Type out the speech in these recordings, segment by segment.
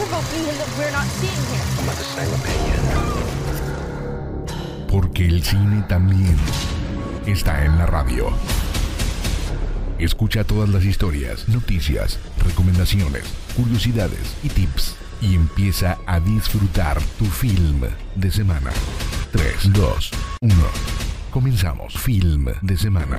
thought-provoking that we're not seeing here. I'm of the same opinion. Porque el cine también está en la radio. Escucha todas las historias, noticias, recomendaciones, curiosidades y tips. Y empieza a disfrutar tu film de semana. 3, 2, 1. Comenzamos. Film de semana.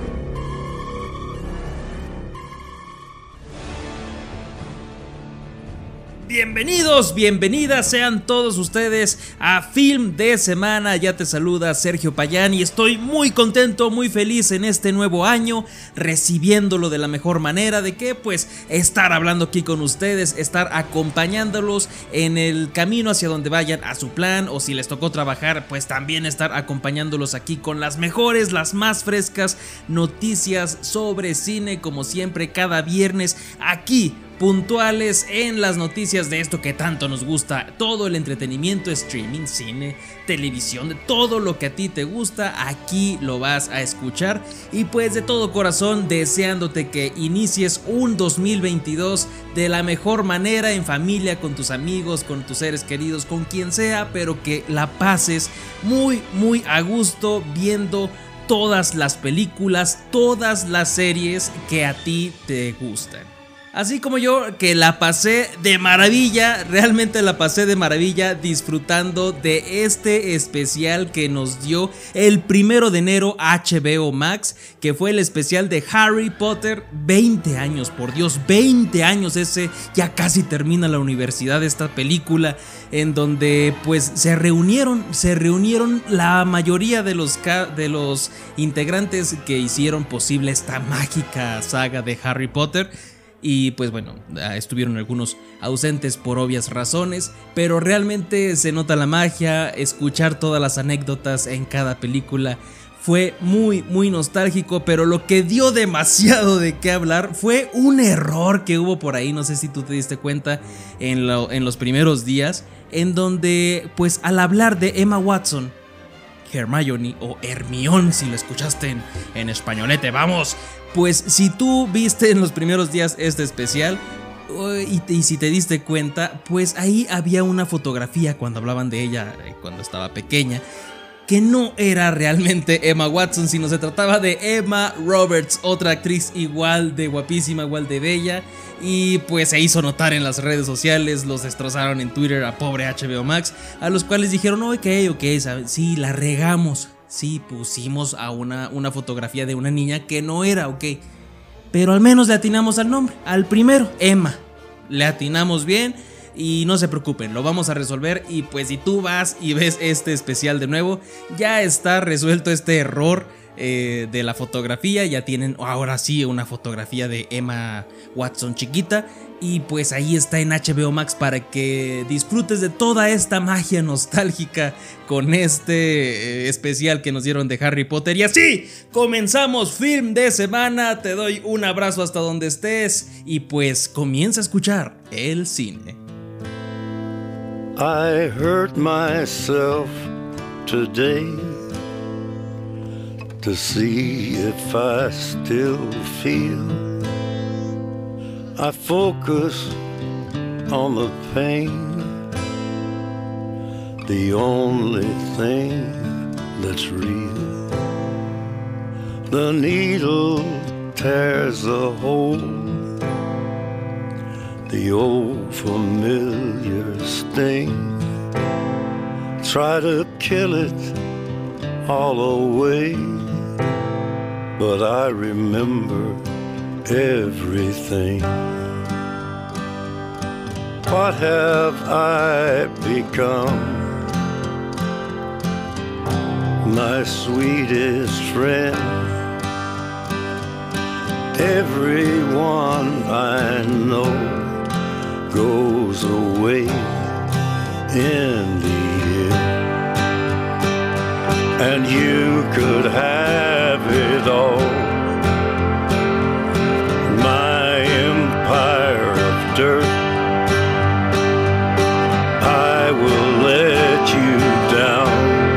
Bienvenidos, bienvenidas sean todos ustedes a Film de Semana. Ya te saluda Sergio Payán y estoy muy contento, muy feliz en este nuevo año, recibiéndolo de la mejor manera. ¿De qué? Pues estar hablando aquí con ustedes, estar acompañándolos en el camino hacia donde vayan a su plan, o si les tocó trabajar, pues también estar acompañándolos aquí con las mejores, las más frescas noticias sobre cine, como siempre cada viernes aquí, puntuales en las noticias de esto que tanto nos gusta, todo el entretenimiento, streaming, cine, televisión, de todo lo que a ti te gusta, aquí lo vas a escuchar. Y pues de todo corazón deseándote que inicies un 2022 de la mejor manera, en familia, con tus amigos, con tus seres queridos, con quien sea, pero que la pases muy muy a gusto viendo todas las películas, todas las series que a ti te gustan. Así como yo, que la pasé de maravilla, realmente la pasé de maravilla disfrutando de este especial que nos dio el 1 de enero HBO Max, que fue el especial de Harry Potter. 20 años, por Dios, 20 años, ya casi termina la universidad esta película, en donde pues se reunieron la mayoría de los integrantes que hicieron posible esta mágica saga de Harry Potter. Y pues bueno, estuvieron algunos ausentes por obvias razones, pero realmente se nota la magia. Escuchar todas las anécdotas en cada película fue muy muy nostálgico, pero lo que dio demasiado de qué hablar fue un error que hubo por ahí. No sé si tú te diste cuenta en los primeros días, en donde pues al hablar de Emma Watson, Hermione o Hermione, si lo escuchaste en españolete, vamos. Pues si tú viste en los primeros días este especial y si te diste cuenta, pues ahí había una fotografía cuando hablaban de ella cuando estaba pequeña, que no era realmente Emma Watson, sino se trataba de Emma Roberts, otra actriz igual de guapísima, igual de bella. Y pues se hizo notar en las redes sociales, los destrozaron en Twitter a pobre HBO Max, a los cuales dijeron, ok, sí, la regamos. Sí, pusimos a una fotografía de una niña que no era, ok, pero al menos le atinamos al nombre, al primero, Emma. Le atinamos bien y no se preocupen, lo vamos a resolver. Y pues si tú vas y ves este especial de nuevo, ya está resuelto este error de la fotografía. Ya tienen ahora sí una fotografía de Emma Watson chiquita. Y pues ahí está en HBO Max para que disfrutes de toda esta magia nostálgica con este especial que nos dieron de Harry Potter. Y así comenzamos Film de Semana. Te doy un abrazo hasta donde estés y pues comienza a escuchar el cine. I hurt myself today to see if I still feel. I focus on the pain, the only thing that's real. The needle tears a hole, the old familiar sting. Try to kill it all away, but I remember everything. What have I become? My sweetest friend. Everyone I know goes away in the end, and you could have it all. My empire of dirt, I will let you down.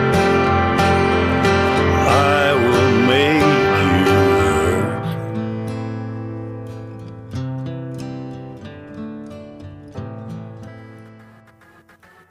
I will make you hurt.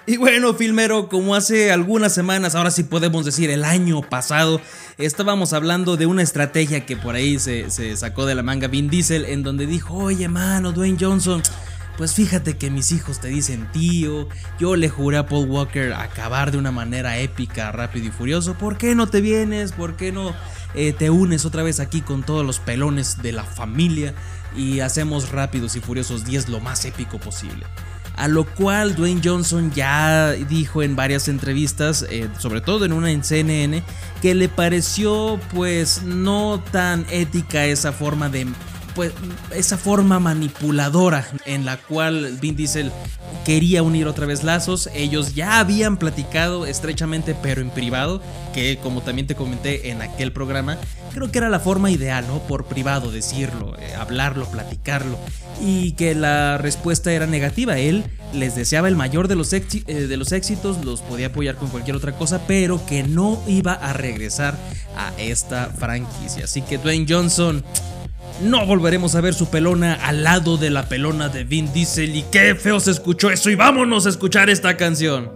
Y bueno, filmero, como hace algunas semanas, ahora sí podemos decir el año pasado, estábamos hablando de una estrategia que por ahí se sacó de la manga Vin Diesel, en donde dijo: oye mano, Dwayne Johnson, pues fíjate que mis hijos te dicen tío, yo le juré a Paul Walker acabar de una manera épica, Rápido y Furioso, ¿por qué no te vienes? ¿Por qué no te unes otra vez aquí con todos los pelones de la familia y hacemos Rápidos y Furiosos 10 lo más épico posible? A lo cual Dwayne Johnson ya dijo en varias entrevistas, sobre todo en una en CNN, que le pareció pues no tan ética esa forma de... pues esa forma manipuladora en la cual Vin Diesel quería unir otra vez lazos. Ellos ya habían platicado estrechamente, pero en privado, que como también te comenté en aquel programa, creo que era la forma ideal, ¿no? Por privado decirlo, hablarlo, platicarlo, y que la respuesta era negativa. Él les deseaba el mayor de los éxitos, los podía apoyar con cualquier otra cosa, pero que no iba a regresar a esta franquicia. Así que Dwayne Johnson, no volveremos a ver su pelona al lado de la pelona de Vin Diesel. Y qué feo se escuchó eso. Y vámonos a escuchar esta canción.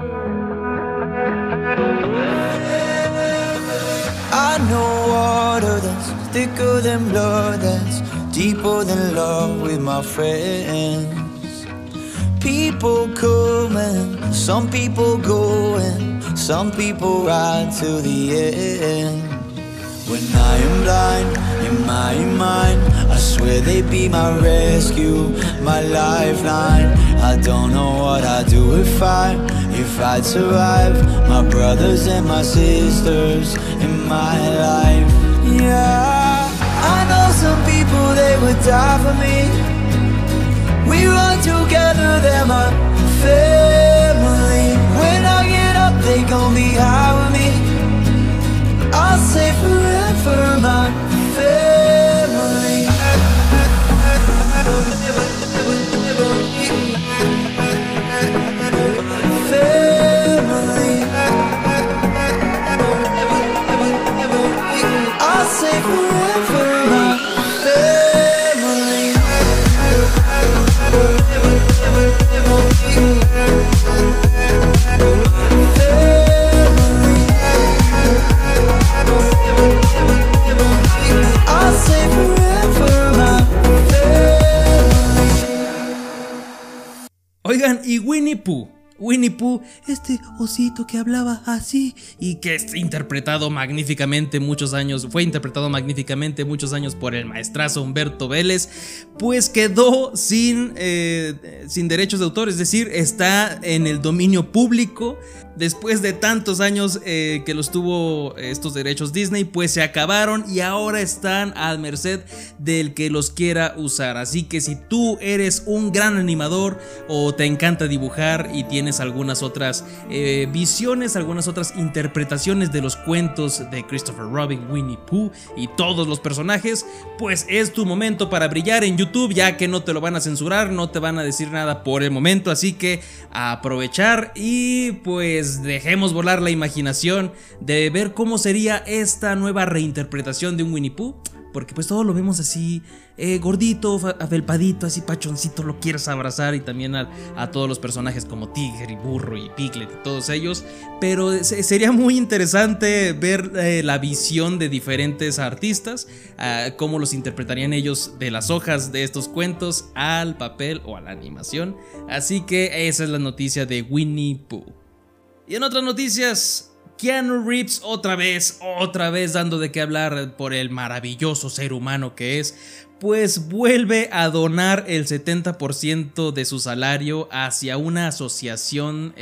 I know water that's thicker than blood, that's deeper than love with my friends. People coming, some people going, some people ride till the end. When I am blind, in my mind, I swear they'd be my rescue, my lifeline. I don't know what I'd do if I'd survive. My brothers and my sisters in my life. Yeah, I know some people, they would die for me. We run together, they're my family. When I get up, they gon' be high with me. I'll say forever, my family. Family. I'll say forever, my family. I'll say forever, my family. Oigan, y Winnie Pooh, este osito que hablaba así y que fue interpretado magníficamente muchos años por el maestrazo Humberto Vélez, pues quedó sin derechos de autor, es decir, está en el dominio público. Después de tantos años que los tuvo estos derechos Disney, pues se acabaron y ahora están a merced del que los quiera usar. Así que si tú eres un gran animador o te encanta dibujar y tienes algunas otras visiones, algunas otras interpretaciones de los cuentos de Christopher Robin, Winnie Pooh y todos los personajes, pues es tu momento para brillar en YouTube, ya que no te lo van a censurar, no te van a decir nada por el momento. Así que a aprovechar y pues dejemos volar la imaginación de ver cómo sería esta nueva reinterpretación de un Winnie Pooh, porque pues todos lo vemos así gordito, afelpadito, así pachoncito, lo quieres abrazar, y también a todos los personajes como Tigre y Burro y Piglet y todos ellos. Pero sería muy interesante ver la visión de diferentes artistas, cómo los interpretarían ellos de las hojas de estos cuentos al papel o a la animación. Así que esa es la noticia de Winnie Pooh. Y en otras noticias, Keanu Reeves otra vez dando de qué hablar por el maravilloso ser humano que es, pues vuelve a donar el 70% de su salario hacia una asociación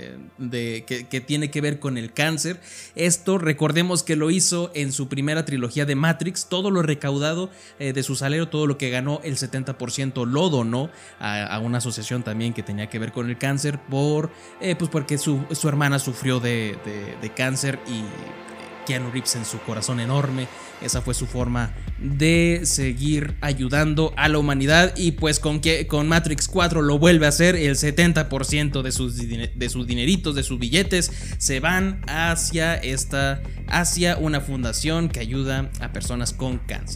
que tiene que ver con el cáncer. Esto recordemos que lo hizo en su primera trilogía de Matrix. Todo lo recaudado de su salario, todo lo que ganó, el 70% lo donó a una asociación también que tenía que ver con el cáncer, pues porque su hermana sufrió de cáncer, y Keanu Reeves, en su corazón enorme, esa fue su forma de seguir ayudando a la humanidad. Y pues con Matrix 4 lo vuelve a hacer. El 70% de sus dineritos, de sus billetes, se van hacia una fundación que ayuda a personas con cáncer.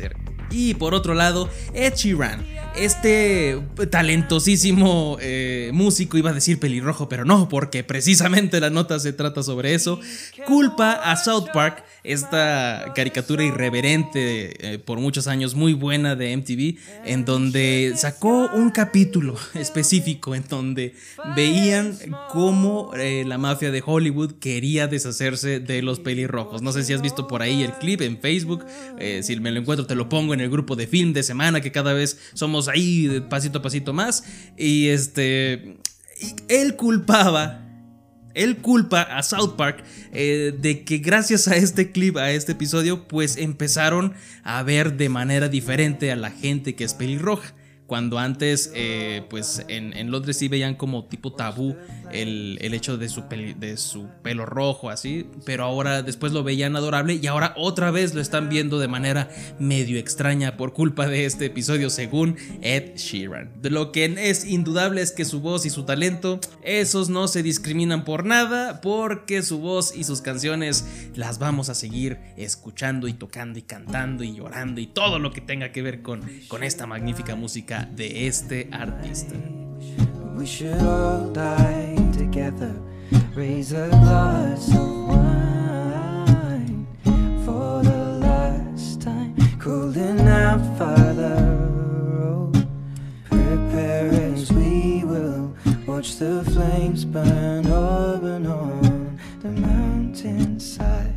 Y por otro lado, Ed Sheeran, este talentosísimo músico, iba a decir pelirrojo, pero no, porque precisamente la nota se trata sobre eso, culpa a South Park, esta caricatura irreverente por muchos años, muy buena de MTV, en donde sacó un capítulo específico en donde veían cómo la mafia de Hollywood quería deshacerse de los pelirrojos. No sé si has visto por ahí el clip en Facebook, si me lo encuentro te lo pongo en el grupo de Film de Semana, que cada vez somos ahí de pasito a pasito más. Y él culpa a South Park de que gracias a este clip, a este episodio, pues empezaron a ver de manera diferente a la gente que es pelirroja. Cuando antes, pues en Londres sí veían como tipo tabú el hecho de su pelo rojo, así. Pero ahora después lo veían adorable y ahora otra vez lo están viendo de manera medio extraña por culpa de este episodio, según Ed Sheeran. De lo que es indudable es que su voz y su talento, esos no se discriminan por nada, porque su voz y sus canciones las vamos a seguir escuchando y tocando y cantando y llorando y todo lo que tenga que ver con esta magnífica música de este artista. We should all die together, raise a glass of wine for the last time, cooling out Father Road. Prepare as we will watch the flames burn up and on the mountainside.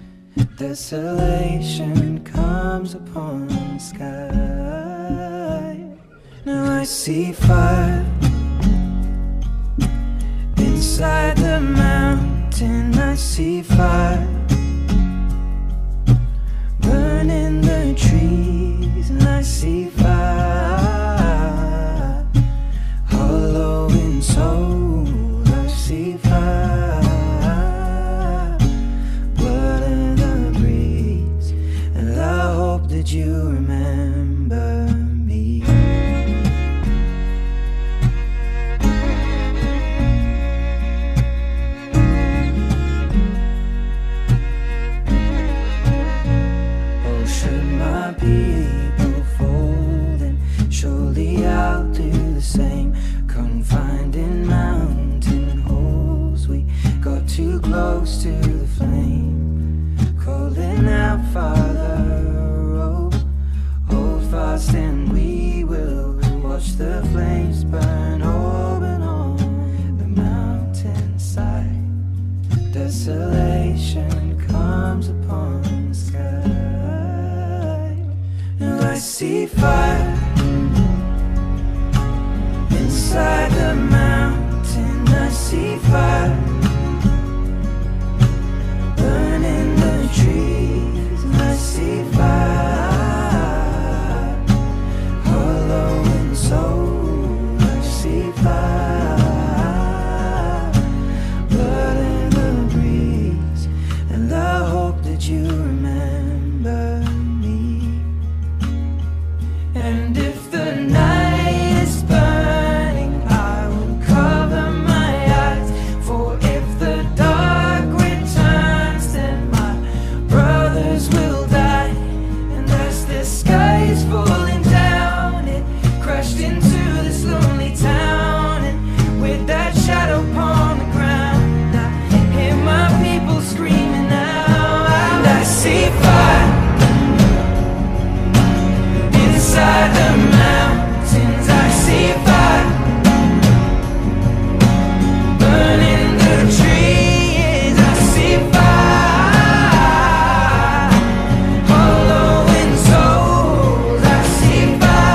Desolation comes upon the sky. Now I see fire inside the mountain. I see fire burning the trees, and I see fire hollow in soul. I see fire, blood in the breeze, and I hope that you remember me. People folding, surely I'll do the same. Confined in mountain holes, we got too close to the flame. Calling out, Father, oh, hold fast and we will watch the flames burn open on the mountainside. Desolation comes upon the sky. I see fire inside the mountain. I see fire burning the trees. I see fire hollow in soul. I see fire, blood in the breeze, and I hope that you remember. And if the night is burning, I will cover my eyes. For if the dark returns, then my brothers will die. And as the sky is falling down, it crashed into this lonely town. And with that shadow upon the ground, I hear my people screaming now. And I see fire inside the mountains. I see fire burning the trees. I see fire hollow in souls. I see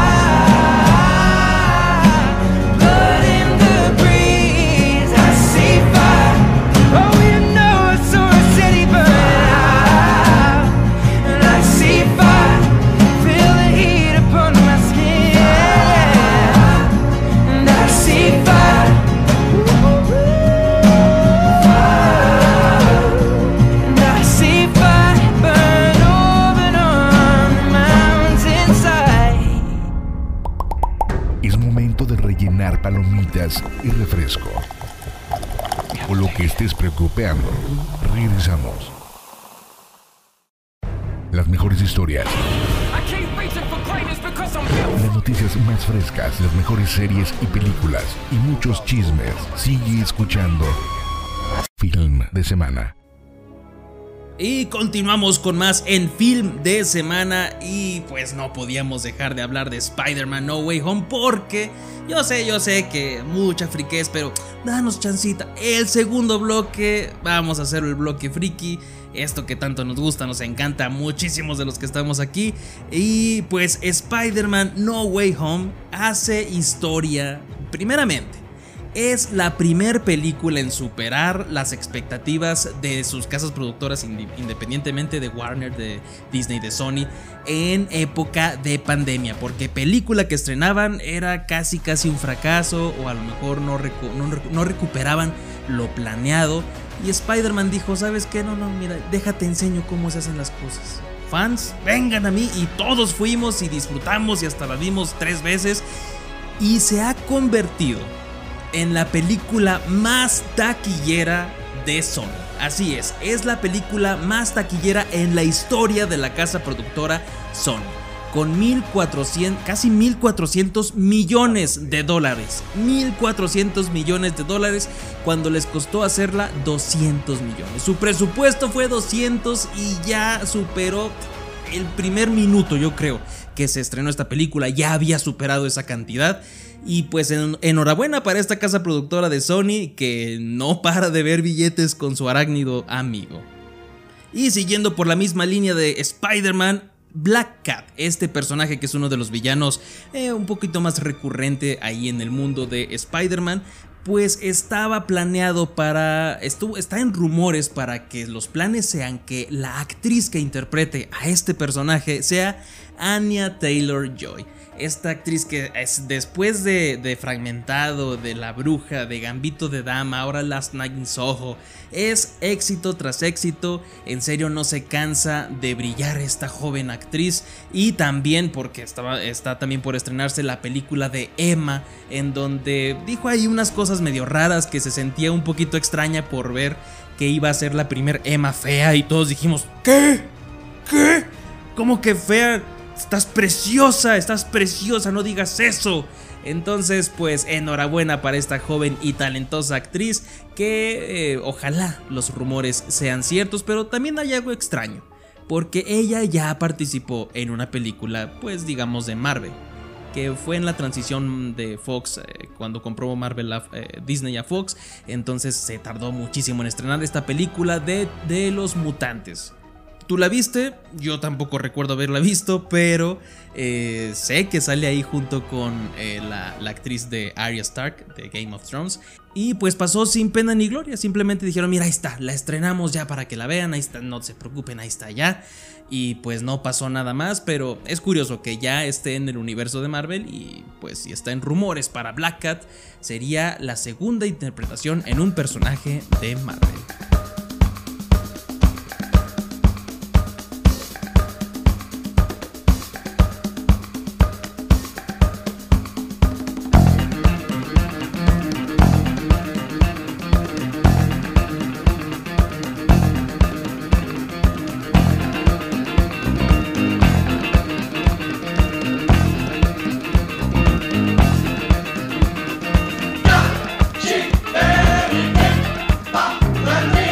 fire, blood in the breeze. I see fire. Oh, you know I saw a city burn out. And I see fire, feel the heat upon my skin, and I see fire, and I see fire burn over on the mountainside. Es momento de rellenar palomitas y refresco. O lo que estés preocupando. Regresamos. Las mejores historias. I keep reaching for noticias más frescas, las mejores series y películas y muchos chismes. Sigue escuchando Film de Semana. Y continuamos con más en Film de Semana y pues no podíamos dejar de hablar de Spider-Man No Way Home porque yo sé que mucha friquez, pero danos chancita. El segundo bloque, vamos a hacer el bloque friki, esto que tanto nos gusta, nos encanta a muchísimos de los que estamos aquí. Y pues Spider-Man No Way Home hace historia. Primeramente, es la primer película en superar las expectativas de sus casas productoras independientemente de Warner, de Disney, de Sony, en época de pandemia, porque película que estrenaban era casi un fracaso o a lo mejor no recuperaban lo planeado. Y Spider-Man dijo, ¿sabes qué? No, mira, déjate enseño cómo se hacen las cosas. Fans, vengan a mí, y todos fuimos y disfrutamos y hasta la vimos 3 veces y se ha convertido en la película más taquillera de Sony. Así es la película más taquillera en la historia de la casa productora Sony, con casi 1.400 millones de dólares. 1.400 millones de dólares cuando les costó hacerla 200 millones. Su presupuesto fue 200 y ya superó el primer minuto, yo creo, que se estrenó esta película. Ya había superado esa cantidad. Y pues enhorabuena para esta casa productora de Sony que no para de ver billetes con su arácnido amigo. Y siguiendo por la misma línea de Spider-Man, Black Cat, este personaje que es uno de los villanos un poquito más recurrente ahí en el mundo de Spider-Man, pues estaba planeado está en rumores para que los planes sean que la actriz que interprete a este personaje sea Anya Taylor-Joy. Esta actriz que es después de Fragmentado, de La Bruja, de Gambito de Dama, ahora Last Night in Soho, es éxito tras éxito. En serio no se cansa de brillar esta joven actriz. Y también porque está también por estrenarse la película de Emma, en donde dijo ahí unas cosas medio raras que se sentía un poquito extraña por ver que iba a ser la primer Emma fea. Y todos dijimos, ¿qué? ¿Cómo que fea? Estás preciosa, no digas eso. Entonces pues enhorabuena para esta joven y talentosa actriz que ojalá los rumores sean ciertos, pero también hay algo extraño, porque ella ya participó en una película pues digamos de Marvel, que fue en la transición de Fox cuando compró Disney a Fox. Entonces se tardó muchísimo en estrenar esta película de los mutantes. ¿Tú la viste? Yo tampoco recuerdo haberla visto, pero sé que sale ahí junto con la actriz de Arya Stark de Game of Thrones. Y pues pasó sin pena ni gloria, simplemente dijeron, mira, ahí está, la estrenamos ya para que la vean, ahí está, no se preocupen, ahí está ya. Y pues no pasó nada más, pero es curioso que ya esté en el universo de Marvel. Y pues si está en rumores para Black Cat, sería la segunda interpretación en un personaje de Marvel. Let me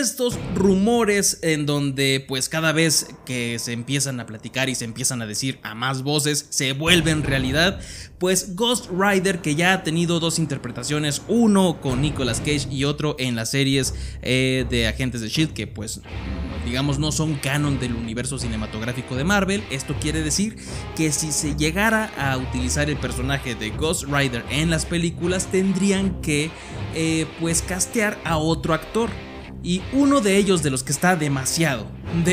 estos rumores en donde pues cada vez que se empiezan a platicar y se empiezan a decir a más voces se vuelven realidad, pues Ghost Rider, que ya ha tenido dos interpretaciones, uno con Nicolas Cage y otro en las series de Agentes de S.H.I.E.L.D., que pues digamos no son canon del universo cinematográfico de Marvel. Esto quiere decir que si se llegara a utilizar el personaje de Ghost Rider en las películas, tendrían que pues castear a otro actor. Y uno de ellos, de los que está demasiado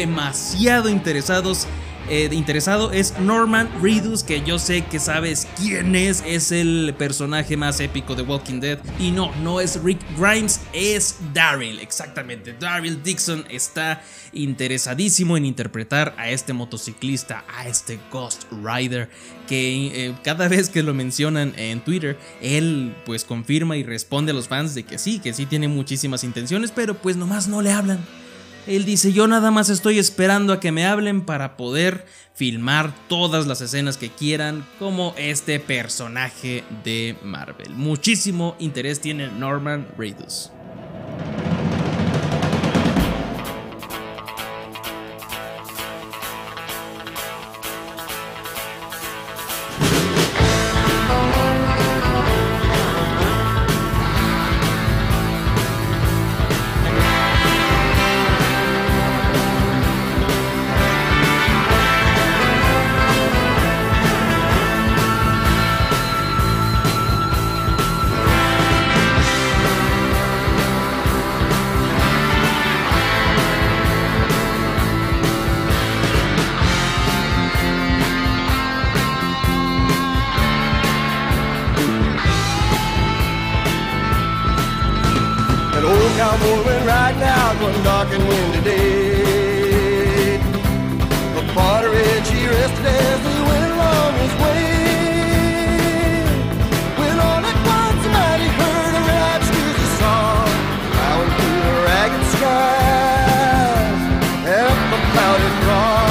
interesado es Norman Reedus, que yo sé que sabes quién es el personaje más épico de Walking Dead. Y no es Rick Grimes, es Daryl, exactamente. Daryl Dixon está interesadísimo en interpretar a este motociclista, a este Ghost Rider, que cada vez que lo mencionan en Twitter, él pues confirma y responde a los fans de que sí tiene muchísimas intenciones, pero pues nomás no le hablan. Él dice: yo nada más estoy esperando a que me hablen para poder filmar todas las escenas que quieran como este personaje de Marvel. Muchísimo interés tiene Norman Reedus. Cowboy went riding out one dark and windy day. Upon a ridge he rested as he went along his way. When all at once a mighty herd of raptors he saw, plowing through the ragged skies, up the clouded broad.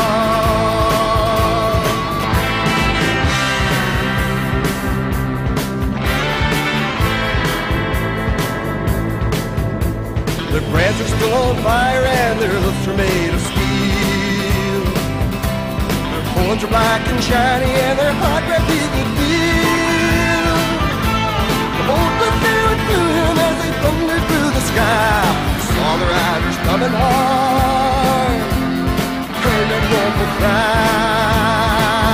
Their brands are still on fire and their hoofs are made of steel. Their horns are black and shiny and their hot red teeth would feel. The bolt was tearing through him as they thundered through the sky. Saw the riders coming hard, heard that mournful cry.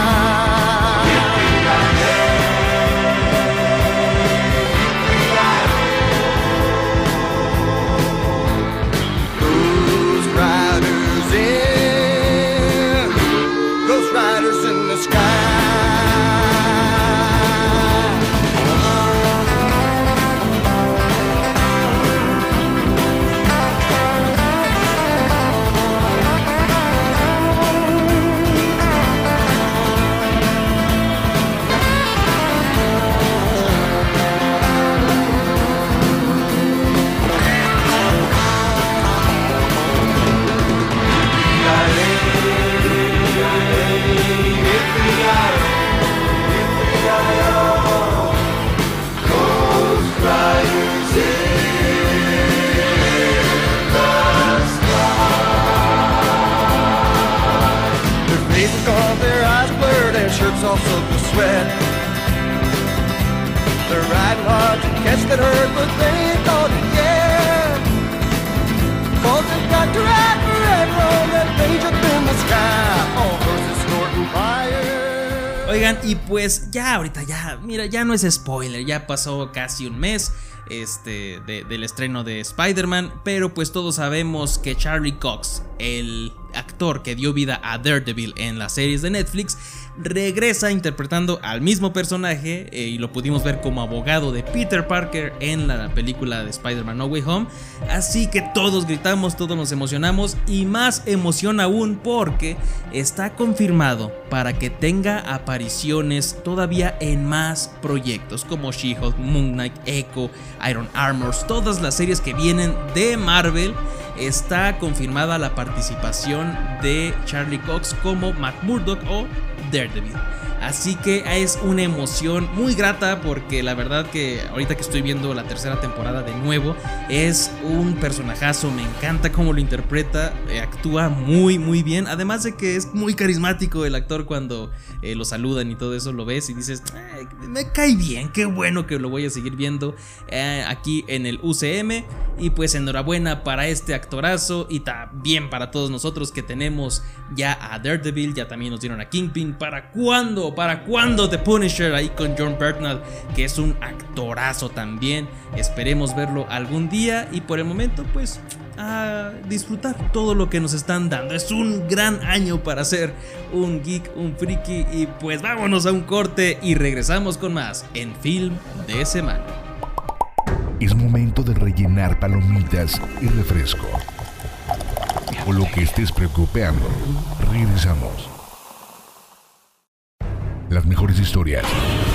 All soaked with sweat. They're riding hard to catch that herd, but they ain't caught it yet. 'Cause they've got to ride forever on that range up in the sky. All horses snorting fire. Oigan, y pues ya ahorita ya no es spoiler, ya pasó casi un mes del estreno de Spider-Man, pero pues todos sabemos que Charlie Cox, el actor que dio vida a Daredevil en las series de Netflix, regresa interpretando al mismo personaje y lo pudimos ver como abogado de Peter Parker en la película de Spider-Man No Way Home. Así que todos gritamos, todos nos emocionamos, y más emoción aún porque está confirmado para que tenga apariciones todavía en más proyectos como She-Hulk, Moon Knight, Echo, Iron Armors, todas las series que vienen de Marvel. Está confirmada la participación de Charlie Cox como Matt Murdock o Daredevil. Así que es una emoción muy grata porque la verdad que ahorita que estoy viendo la tercera temporada de nuevo, es un personajazo, me encanta cómo lo interpreta, actúa muy muy bien, además de que es muy carismático el actor cuando lo saludan y todo eso, lo ves y dices, me cae bien, qué bueno que lo voy a seguir viendo aquí en el UCM. Y pues enhorabuena para este actorazo y también para todos nosotros que tenemos ya a Daredevil, ya también nos dieron a Kingpin. ¿Para cuándo? ¿Para cuándo The Punisher ahí con Jon Bernthal, que es un actorazo también? Esperemos verlo algún día y por el momento pues a disfrutar todo lo que nos están dando. Es un gran año para ser un geek, un friki, y pues vámonos a un corte y regresamos con más en Film de Semana. Es momento de rellenar palomitas y refresco. O lo que estés preocupando. Regresamos. Las mejores historias.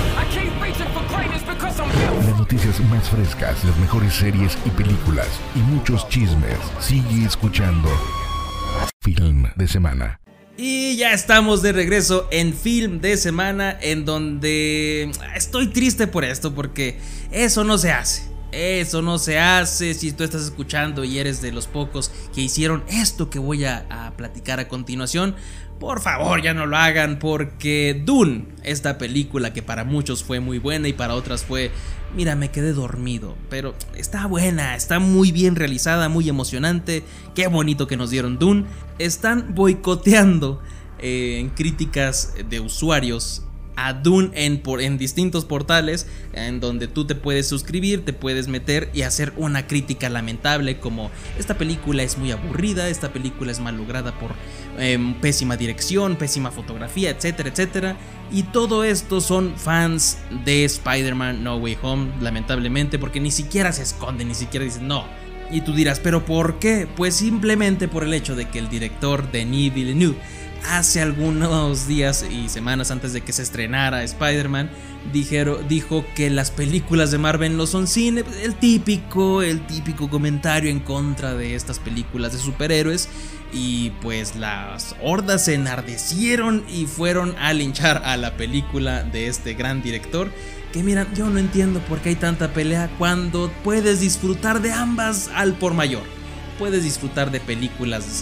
Las noticias más frescas, las mejores series y películas y muchos chismes. Sigue escuchando Film de Semana. Y ya estamos de regreso en Film de Semana, en donde estoy triste por esto, porque eso no se hace. Eso no se hace. Si tú estás escuchando y eres de los pocos que hicieron esto que voy a platicar a continuación, por favor ya no lo hagan, porque Dune, esta película que para muchos fue muy buena y para otras fue, mira, me quedé dormido, pero está buena, está muy bien realizada, muy emocionante. Qué bonito que nos dieron Dune. Están boicoteando en críticas de usuarios a Dune en distintos portales, en donde tú te puedes suscribir, te puedes meter y hacer una crítica lamentable como esta película es muy aburrida, esta película es mal lograda por pésima dirección, pésima fotografía, etcétera, etcétera. Y todo esto son fans de Spider-Man No Way Home, lamentablemente, porque ni siquiera se esconden, ni siquiera dicen no. Y tú dirás, ¿pero por qué? Pues simplemente por el hecho de que el director Denis Villeneuve hace algunos días y semanas antes de que se estrenara Spider-Man dijo que las películas de Marvel no son cine. El típico comentario en contra de estas películas de superhéroes. Y pues las hordas se enardecieron y fueron a linchar a la película de este gran director. Que miran, yo no entiendo por qué hay tanta pelea cuando puedes disfrutar de ambas al por mayor. Puedes disfrutar de películas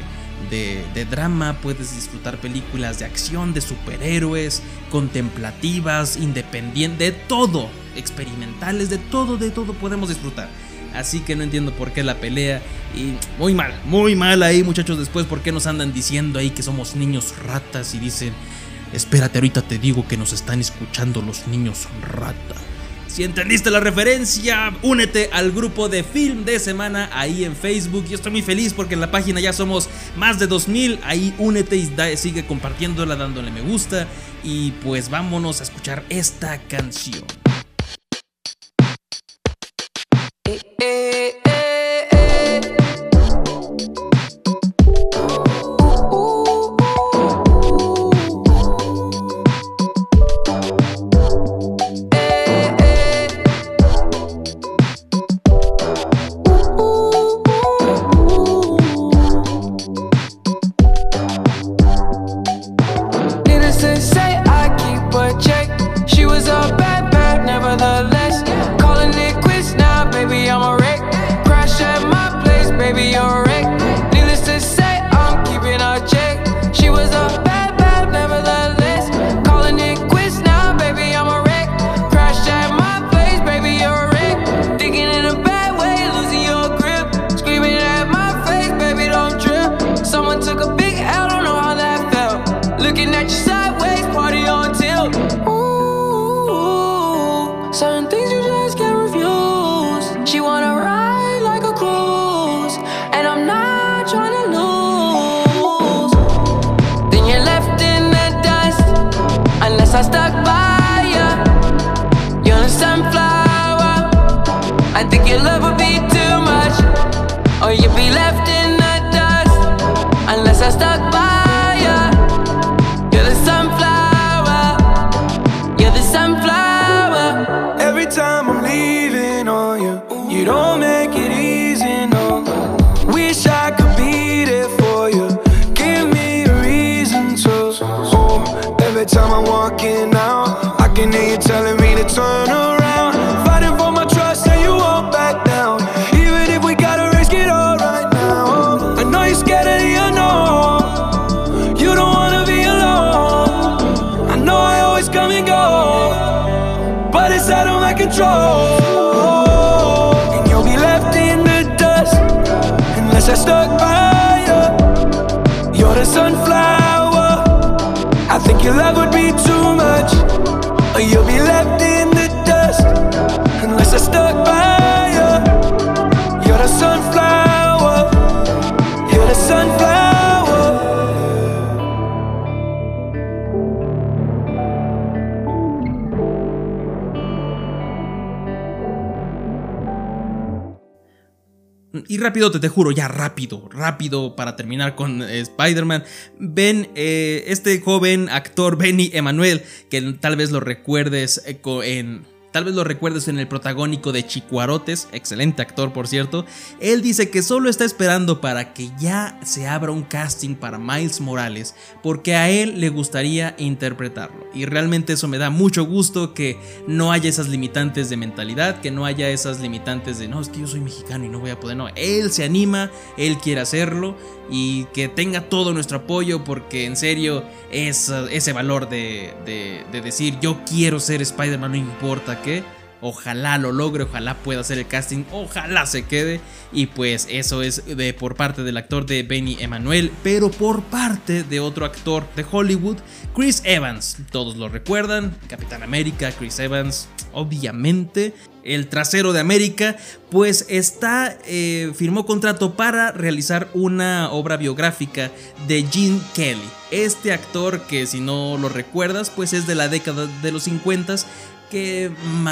de drama, puedes disfrutar películas de acción, de superhéroes, contemplativas, independientes, de todo, experimentales, de todo podemos disfrutar. Así que no entiendo por qué la pelea. Y muy mal ahí, muchachos. Después, ¿por qué nos andan diciendo ahí que somos niños ratas? Y dicen, espérate, ahorita te digo que nos están escuchando los niños rata. Si entendiste la referencia, únete al grupo de Film de Semana ahí en Facebook. Yo estoy muy feliz porque en la página ya somos más de 2000. Ahí únete y sigue compartiéndola, dándole me gusta. Y pues vámonos a escuchar esta canción. Unless I stuck by ya, you're the every time I'm walking out. I can hear you telling me to turn around, fighting for my trust and you won't back down. Even if we gotta risk it all right now. I know you're scared of the unknown, you don't wanna be alone. I know I always come and go, but it's out of my control. And you'll be left in the dust unless I stuck by you. You're the sunflower, I think your love would be too much. Or you'll be left in the dust unless I stuck by you. You're the sunflower, you're the sunflower. Y rápido, te juro, ya rápido para terminar con Spider-Man. Ven, este joven actor Benny Emanuel, que tal vez lo recuerdes en el protagónico de Chicuarotes, excelente actor por cierto. Él dice que solo está esperando para que ya se abra un casting para Miles Morales, porque a él le gustaría interpretarlo. Y realmente eso me da mucho gusto, que no haya esas limitantes de mentalidad, que no haya esas limitantes de no, es que yo soy mexicano y no voy a poder. No, él se anima, él quiere hacerlo, y que tenga todo nuestro apoyo, porque en serio ese valor de decir yo quiero ser Spider-Man, no importa qué. Ojalá lo logre, ojalá pueda hacer el casting, ojalá se quede. Y pues eso es por parte del actor de Benny Emanuel. Pero por parte de otro actor de Hollywood, Chris Evans. Todos lo recuerdan, Capitán América, Chris Evans, obviamente el trasero de América. Pues firmó contrato para realizar una obra biográfica de Gene Kelly. Este actor que, si no lo recuerdas, pues es de la década de los 50s, que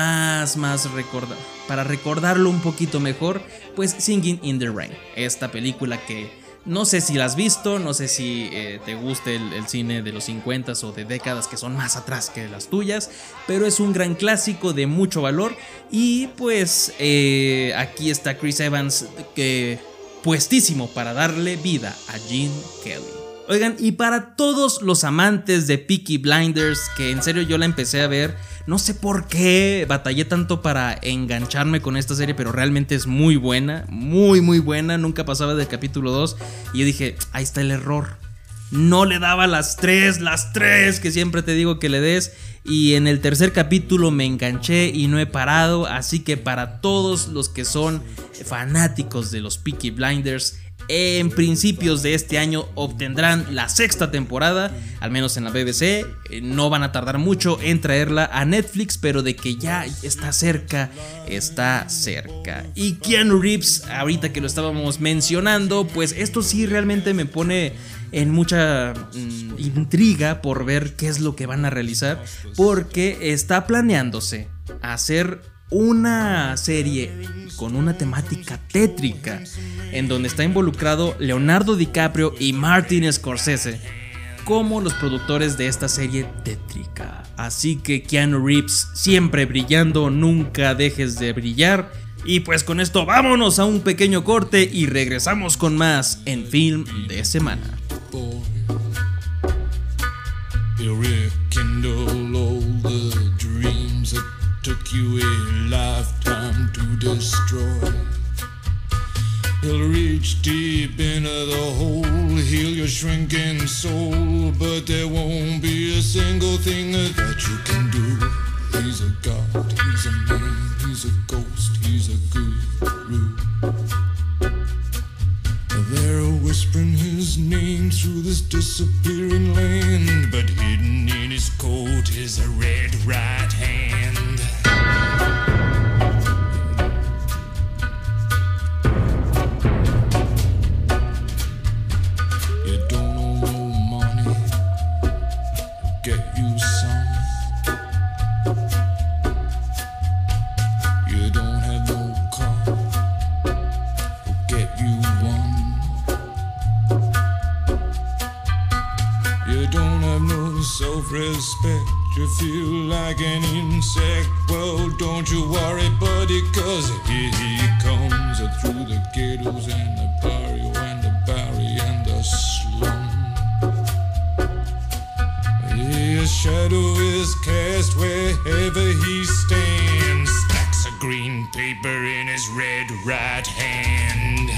para recordarlo un poquito mejor, pues Singing in the Rain, esta película que no sé si la has visto, no sé si te gusta el cine de los 50s o de décadas que son más atrás que las tuyas, pero es un gran clásico de mucho valor. Y pues aquí está Chris Evans, puestísimo para darle vida a Gene Kelly. Oigan, y para todos los amantes de Peaky Blinders, que en serio yo la empecé a ver, no sé por qué batallé tanto para engancharme con esta serie, pero realmente es muy buena, muy buena. Nunca pasaba del capítulo 2 y yo dije, ahí está el error. No le daba las tres que siempre te digo que le des. Y en el tercer capítulo me enganché y no he parado. Así que para todos los que son fanáticos de los Peaky Blinders, en principios de este año obtendrán la 6ª temporada, al menos en la BBC. No van a tardar mucho en traerla a Netflix, pero de que ya está cerca, está cerca. Y Keanu Reeves, ahorita que lo estábamos mencionando, pues esto sí realmente me pone en mucha intriga por ver qué es lo que van a realizar, porque está planeándose hacer una serie con una temática tétrica, en donde está involucrado Leonardo DiCaprio y Martin Scorsese como los productores de esta serie tétrica. Así que Keanu Reeves, siempre brillando, nunca dejes de brillar. Y pues con esto vámonos a un pequeño corte y regresamos con más en Film de Semana. Took you a lifetime to destroy. He'll reach deep into the hole, heal your shrinking soul, but there won't be a single thing that you can do. He's a god, he's a man, he's a ghost, he's a guru. They're whispering his name through this disappearing land, but hidden in his coat is a red right hand. You don't owe no money, get you some. You don't have no car, get you one. You don't have no self-respect, you feel like an insect. Well, don't you worry, buddy, cause here he comes through the ghettos and the barrio and the barry and the slum. He is shadow is cast wherever he stands. Stacks of green paper in his red right hand.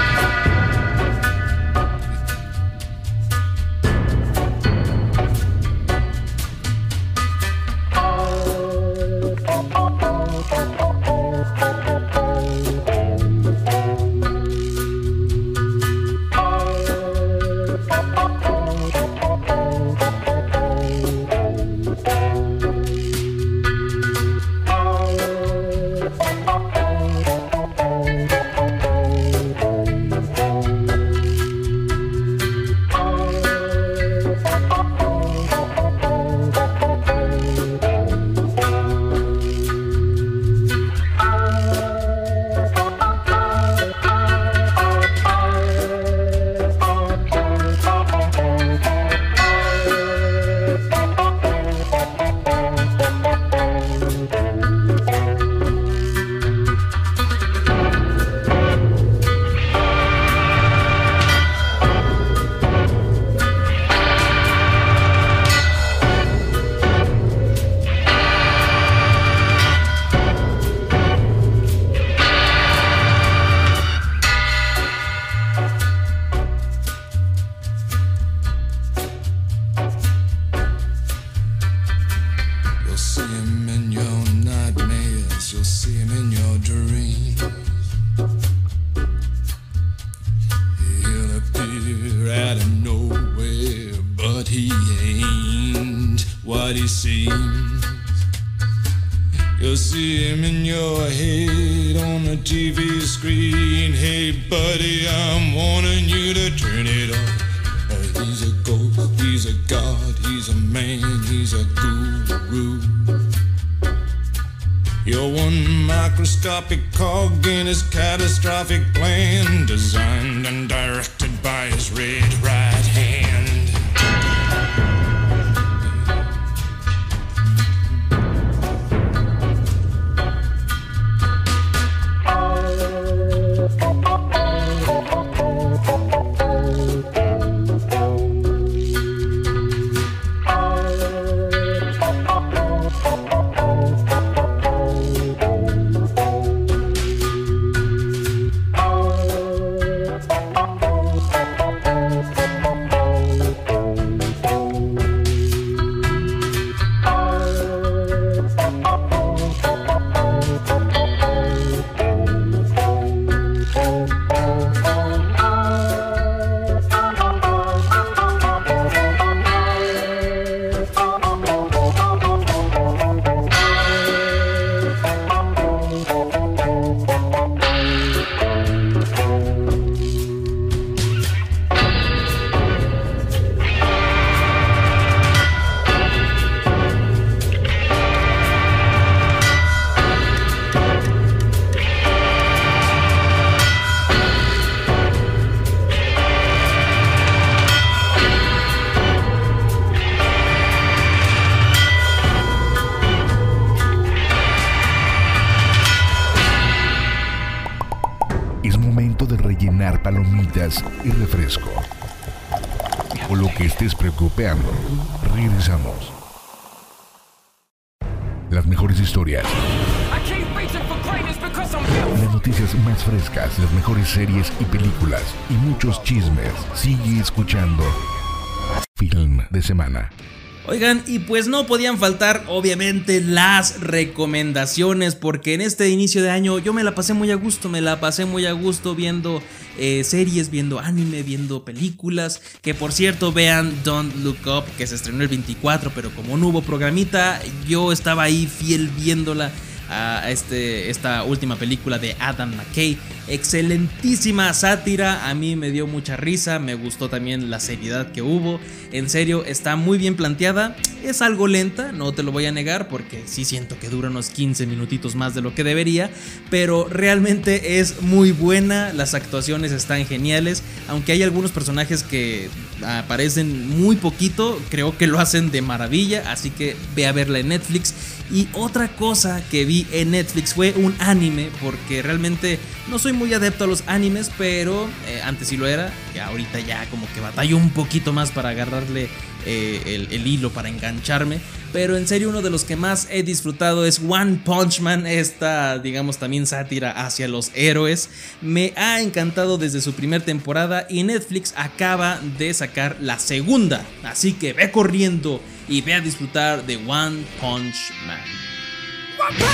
You'll see him in your head on the TV screen. Hey buddy, I'm warning you to turn it off. He's a ghost, he's a god, he's a man, he's a guru. You're one microscopic cog in his catastrophic plan, designed and directed by his red right hand. Palomitas y refresco, o lo que estés preocupando. Regresamos. Las mejores historias, las noticias más frescas, las mejores series y películas y muchos chismes. Sigue escuchando Film de Semana. Oigan, y pues no podían faltar obviamente las recomendaciones, porque en este inicio de año yo me la pasé muy a gusto, viendo series, viendo anime, viendo películas. Que por cierto, vean Don't Look Up, que se estrenó el 24, pero como no hubo programita, yo estaba ahí fiel viéndola. A esta última película de Adam McKay. Excelentísima sátira, a mí me dio mucha risa, me gustó también la seriedad que hubo. En serio, está muy bien planteada. Es algo lenta, no te lo voy a negar, porque sí siento que dura unos 15 minutitos más de lo que debería, pero realmente es muy buena. Las actuaciones están geniales, aunque hay algunos personajes que aparecen muy poquito, creo que lo hacen de maravilla. Así que ve a verla en Netflix. Y otra cosa que vi en Netflix fue un anime, porque realmente no soy muy adepto a los animes, pero antes sí lo era, y ahorita ya como que batallo un poquito más para agarrarle el hilo, para engancharme. Pero en serio uno de los que más he disfrutado es One Punch Man, esta digamos también sátira hacia los héroes. Me ha encantado desde su primera temporada y Netflix acaba de sacar la segunda, así que ve corriendo y ve a disfrutar de One Punch Man. One Punch!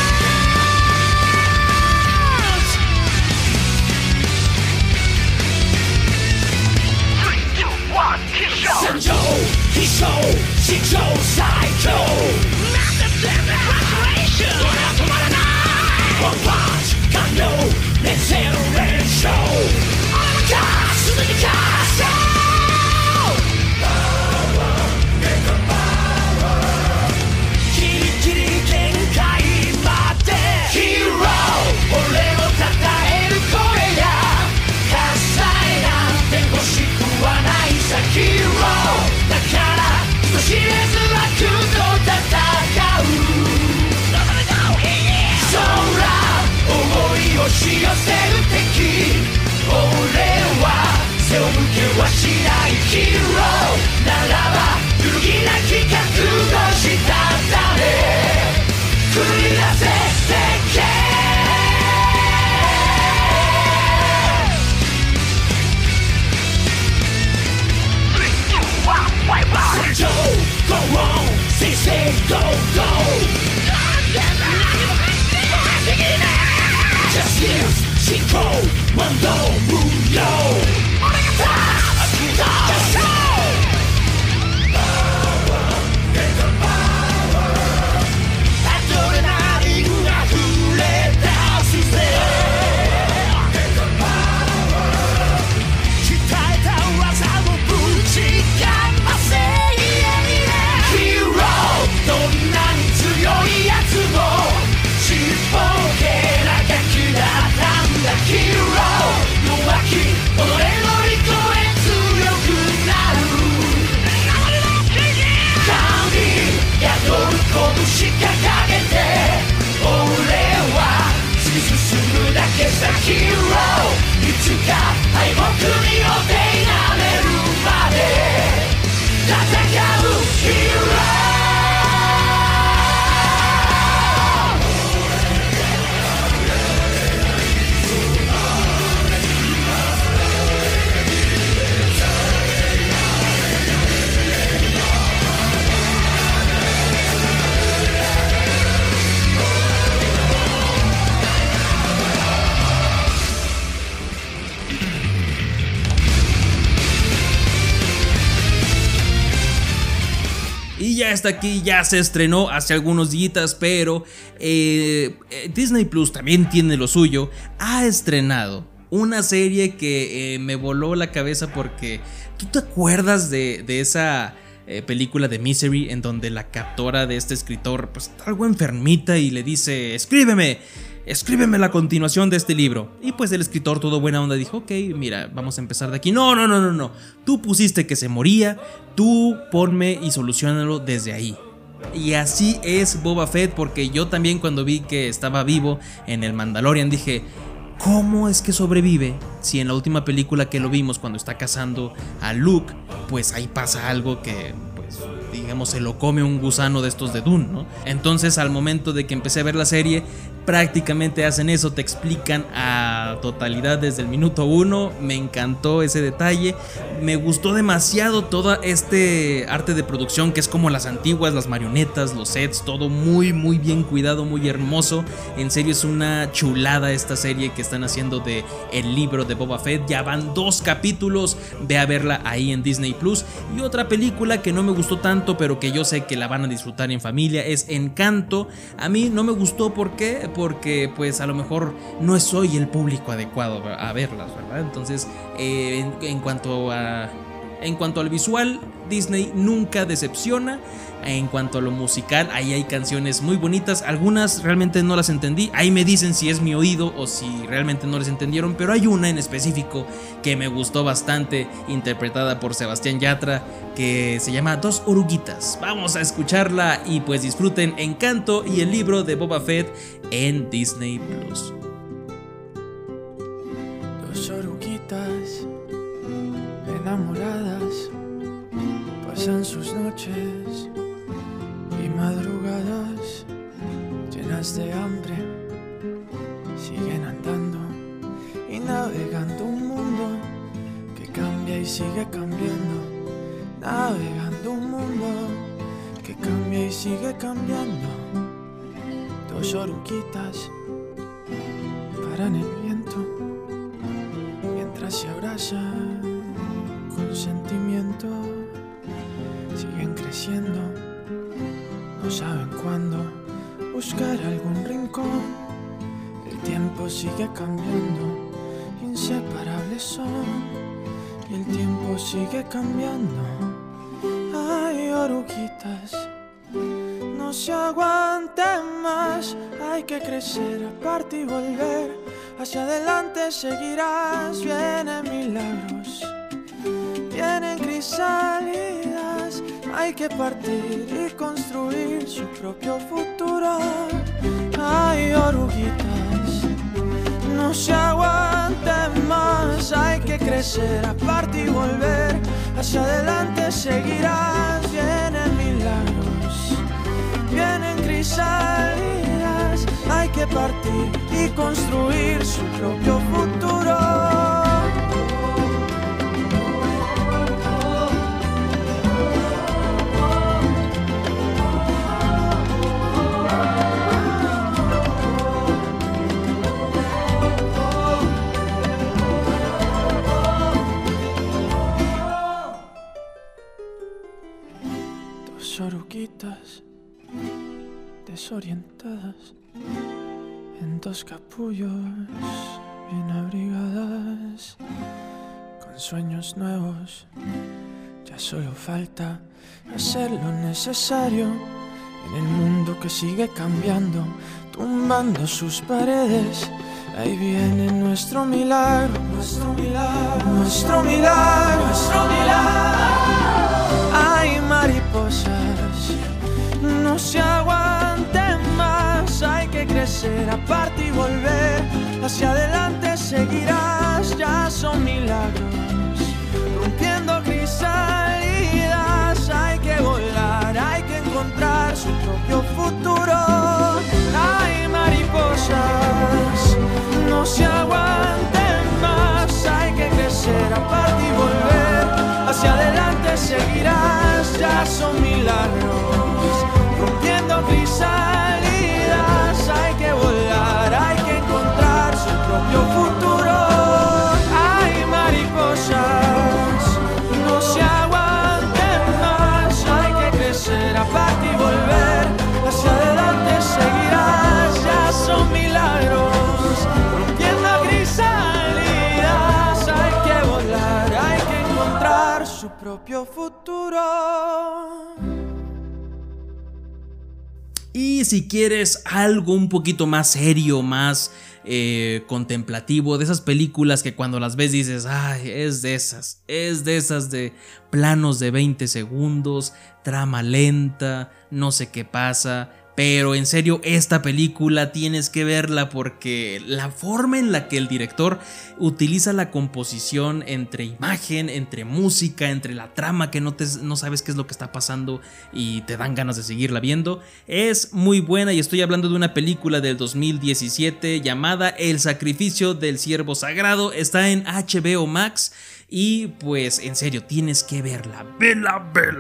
Ya está aquí, ya se estrenó hace algunos días, pero Disney Plus también tiene lo suyo. Ha estrenado una serie que me voló la cabeza porque ¿tú te acuerdas de esa película de Misery en donde la captora de este escritor pues está algo enfermita y le dice escríbeme la continuación de este libro? Y pues el escritor todo buena onda dijo, ok, mira, vamos a empezar de aquí. No, tú pusiste que se moría, tú ponme y solucionalo desde ahí. Y así es Boba Fett, porque yo también cuando vi que estaba vivo en el Mandalorian dije, ¿cómo es que sobrevive si en la última película que lo vimos cuando está cazando a Luke, pues ahí pasa algo que pues digamos se lo come un gusano de estos de Dune, ¿no? Entonces al momento de que empecé a ver la serie prácticamente hacen eso, te explican a totalidad desde el minuto 1. Me encantó ese detalle, me gustó demasiado toda este arte de producción que es como las antiguas, las marionetas, los sets, todo muy bien cuidado, muy hermoso. En serio es una chulada esta serie que están haciendo de el libro de Boba Fett. Ya van 2 capítulos, ve a verla ahí en Disney Plus. Y otra película que no me gustó tanto pero que yo sé que la van a disfrutar en familia es Encanto. A mí no me gustó, ¿por qué? Porque pues a lo mejor no soy el público adecuado a verlas, ¿verdad? Entonces en cuanto a En cuanto al visual, Disney nunca decepciona. En cuanto a lo musical, ahí hay canciones muy bonitas. Algunas realmente no las entendí. Ahí me dicen si es mi oído o si realmente no les entendieron. Pero hay una en específico que me gustó bastante, interpretada por Sebastián Yatra, que se llama Dos Oruguitas. Vamos a escucharla y pues disfruten Encanto y el libro de Boba Fett en Disney Plus. Dos oruguitas enamoradas pasan sus noches y madrugadas llenas de hambre, siguen andando y navegando un mundo que cambia y sigue cambiando, navegando un mundo que cambia y sigue cambiando. Dos oruguitas paran el viento mientras se abrazan con sentimiento, siguen creciendo, no saben cuándo buscar algún rincón. El tiempo sigue cambiando, inseparables son, y el tiempo sigue cambiando. Ay, oruguitas, no se aguanten más, hay que crecer, aparte y volver, hacia adelante seguirás. Vienen milagros, vienen crisálidas, hay que partir y construir su propio futuro. Ay, oruguitas, no se aguanten más, hay que crecer, aparte y volver, hacia adelante seguirás. Vienen milagros, vienen crisálidas, hay que partir y construir su propio futuro. Dos oruguitas desorientadas en dos capullos bien abrigadas, con sueños nuevos. Ya solo falta hacer lo necesario en el mundo que sigue cambiando, tumbando sus paredes. Ahí viene nuestro milagro, nuestro milagro, nuestro milagro, nuestro milagro. Ay, mariposas, no se aguanten más, hay que crecer, aparte y volver, hacia adelante seguirás. Ya son milagros, rompiendo crisálidas, hay que volar, hay que encontrar su propio futuro. Ay, mariposas, no se aguanten más, hay que crecer, aparte y volver, hacia adelante seguirás. Ya son milagros, rompiendo crisálidas, hay que volar, hay que encontrar su propio futuro. Ay, mariposas, no se aguanten más, hay que crecer, aparte y volver, hacia adelante seguirás. Ya son milagros, rompiendo crisálidas, hay que volar, hay que encontrar su propio futuro. Y si quieres algo un poquito más serio, más contemplativo, de esas películas que cuando las ves dices, ay, es de esas de planos de 20 segundos, trama lenta, no sé qué pasa. Pero en serio, esta película tienes que verla porque la forma en la que el director utiliza la composición entre imagen, entre música, entre la trama que no sabes qué es lo que está pasando y te dan ganas de seguirla viendo, es muy buena. Y estoy hablando de una película del 2017 llamada El Sacrificio del Ciervo Sagrado. Está en HBO Max y pues en serio tienes que verla, vela.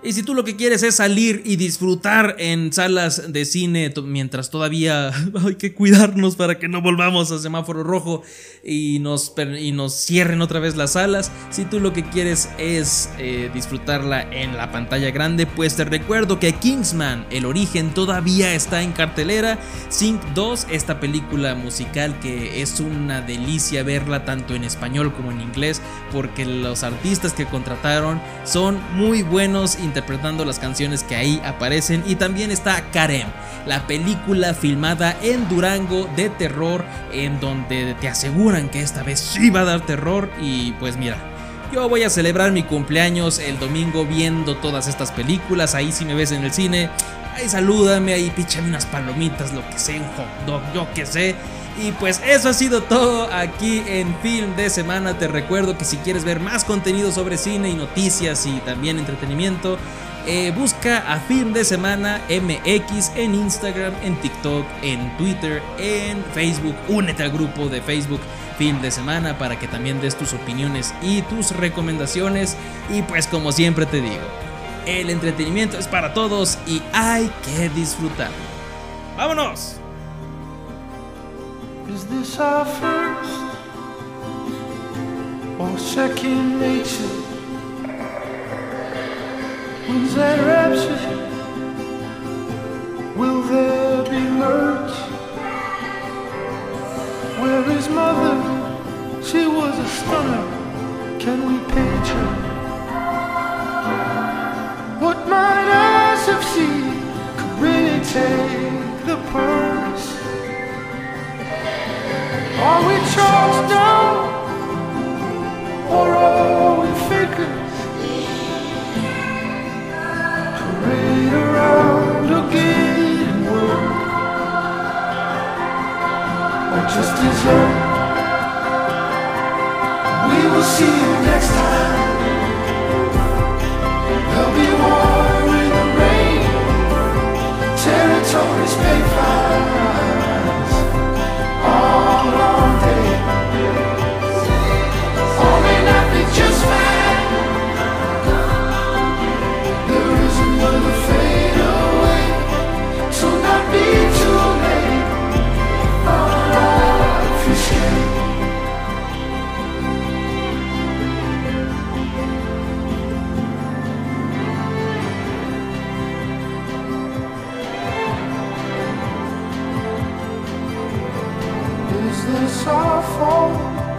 Y si tú lo que quieres es salir y disfrutar en salas de cine mientras todavía hay que cuidarnos para que no volvamos a semáforo rojo y nos cierren otra vez las salas, si tú lo que quieres es disfrutarla en la pantalla grande, pues te recuerdo que Kingsman, El Origen, todavía está en cartelera. Sing 2, esta película musical que es una delicia verla tanto en español como en inglés, porque los artistas que contrataron son muy buenos interpretando las canciones que ahí aparecen. Y también está Karem, la película filmada en Durango de terror, en donde te aseguran que esta vez sí va a dar terror. Y pues mira, yo voy a celebrar mi cumpleaños el domingo viendo todas estas películas. Ahí si me ves en el cine, ahí salúdame, ahí píchame unas palomitas, lo que sea, un hot dog, yo que sé. Y pues eso ha sido todo aquí en Film de Semana. Te recuerdo que si quieres ver más contenido sobre cine y noticias y también entretenimiento, busca a Film de Semana MX en Instagram, en TikTok, en Twitter, en Facebook. Únete al grupo de Facebook Film de Semana para que también des tus opiniones y tus recomendaciones. Y pues como siempre te digo, el entretenimiento es para todos y hay que disfrutarlo. ¡Vámonos! Is this our first or second nature? When's that rapture? Will there be merch? Where is mother? She was a stunner. Can we page her? What might eyes have seen could really take the purse? Are we charged down, or are we fakers? Parade around or get in work, or just desert? We will see you next time. There'll be war in the rain, territories pay fines all long day. All may not be just fine. There is another fade away, so not be too late. Our life escape. Is this our fault?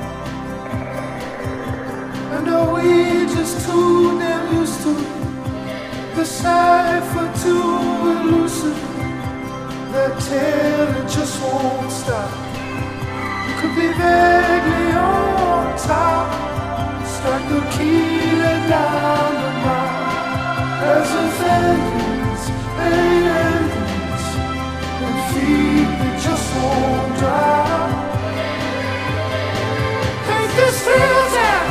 And are we just too damn used to the cipher too elusive? That tale it just won't stop. Could be vaguely on top. Strike the key, let down the knob. As if endings ain't endings, and feet that just won't drop. Ain't this real time?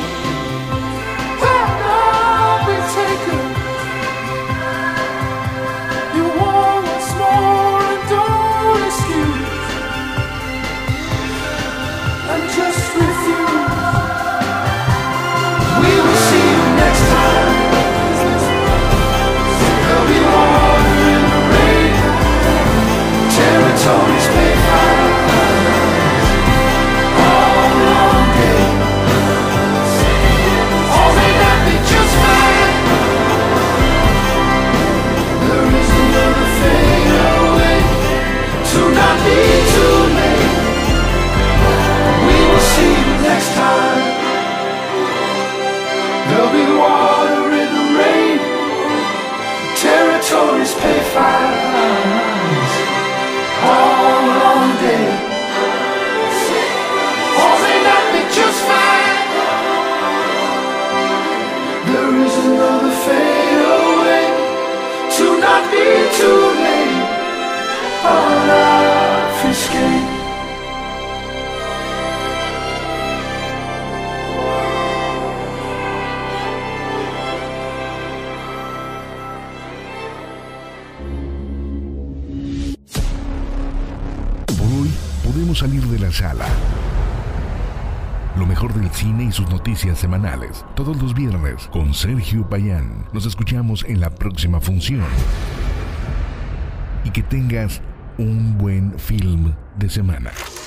How long we take it? You want what's more and don't excuse. And just refuse. We will see you next time. There'll be water in the rain, territories pay fines all long day. All may not be just fine. There is another fade away, to not be too late. We will see you next time. There'll be water in the rain, territories pay fines all long day. All may not be just fine. There is another fade away, to not be too late. Our life escape. Por hoy podemos salir de la sala, Lo mejor del cine y sus noticias semanales. Todos los viernes con Sergio Payán. Nos escuchamos en la próxima función. Y que tengas un buen film de semana.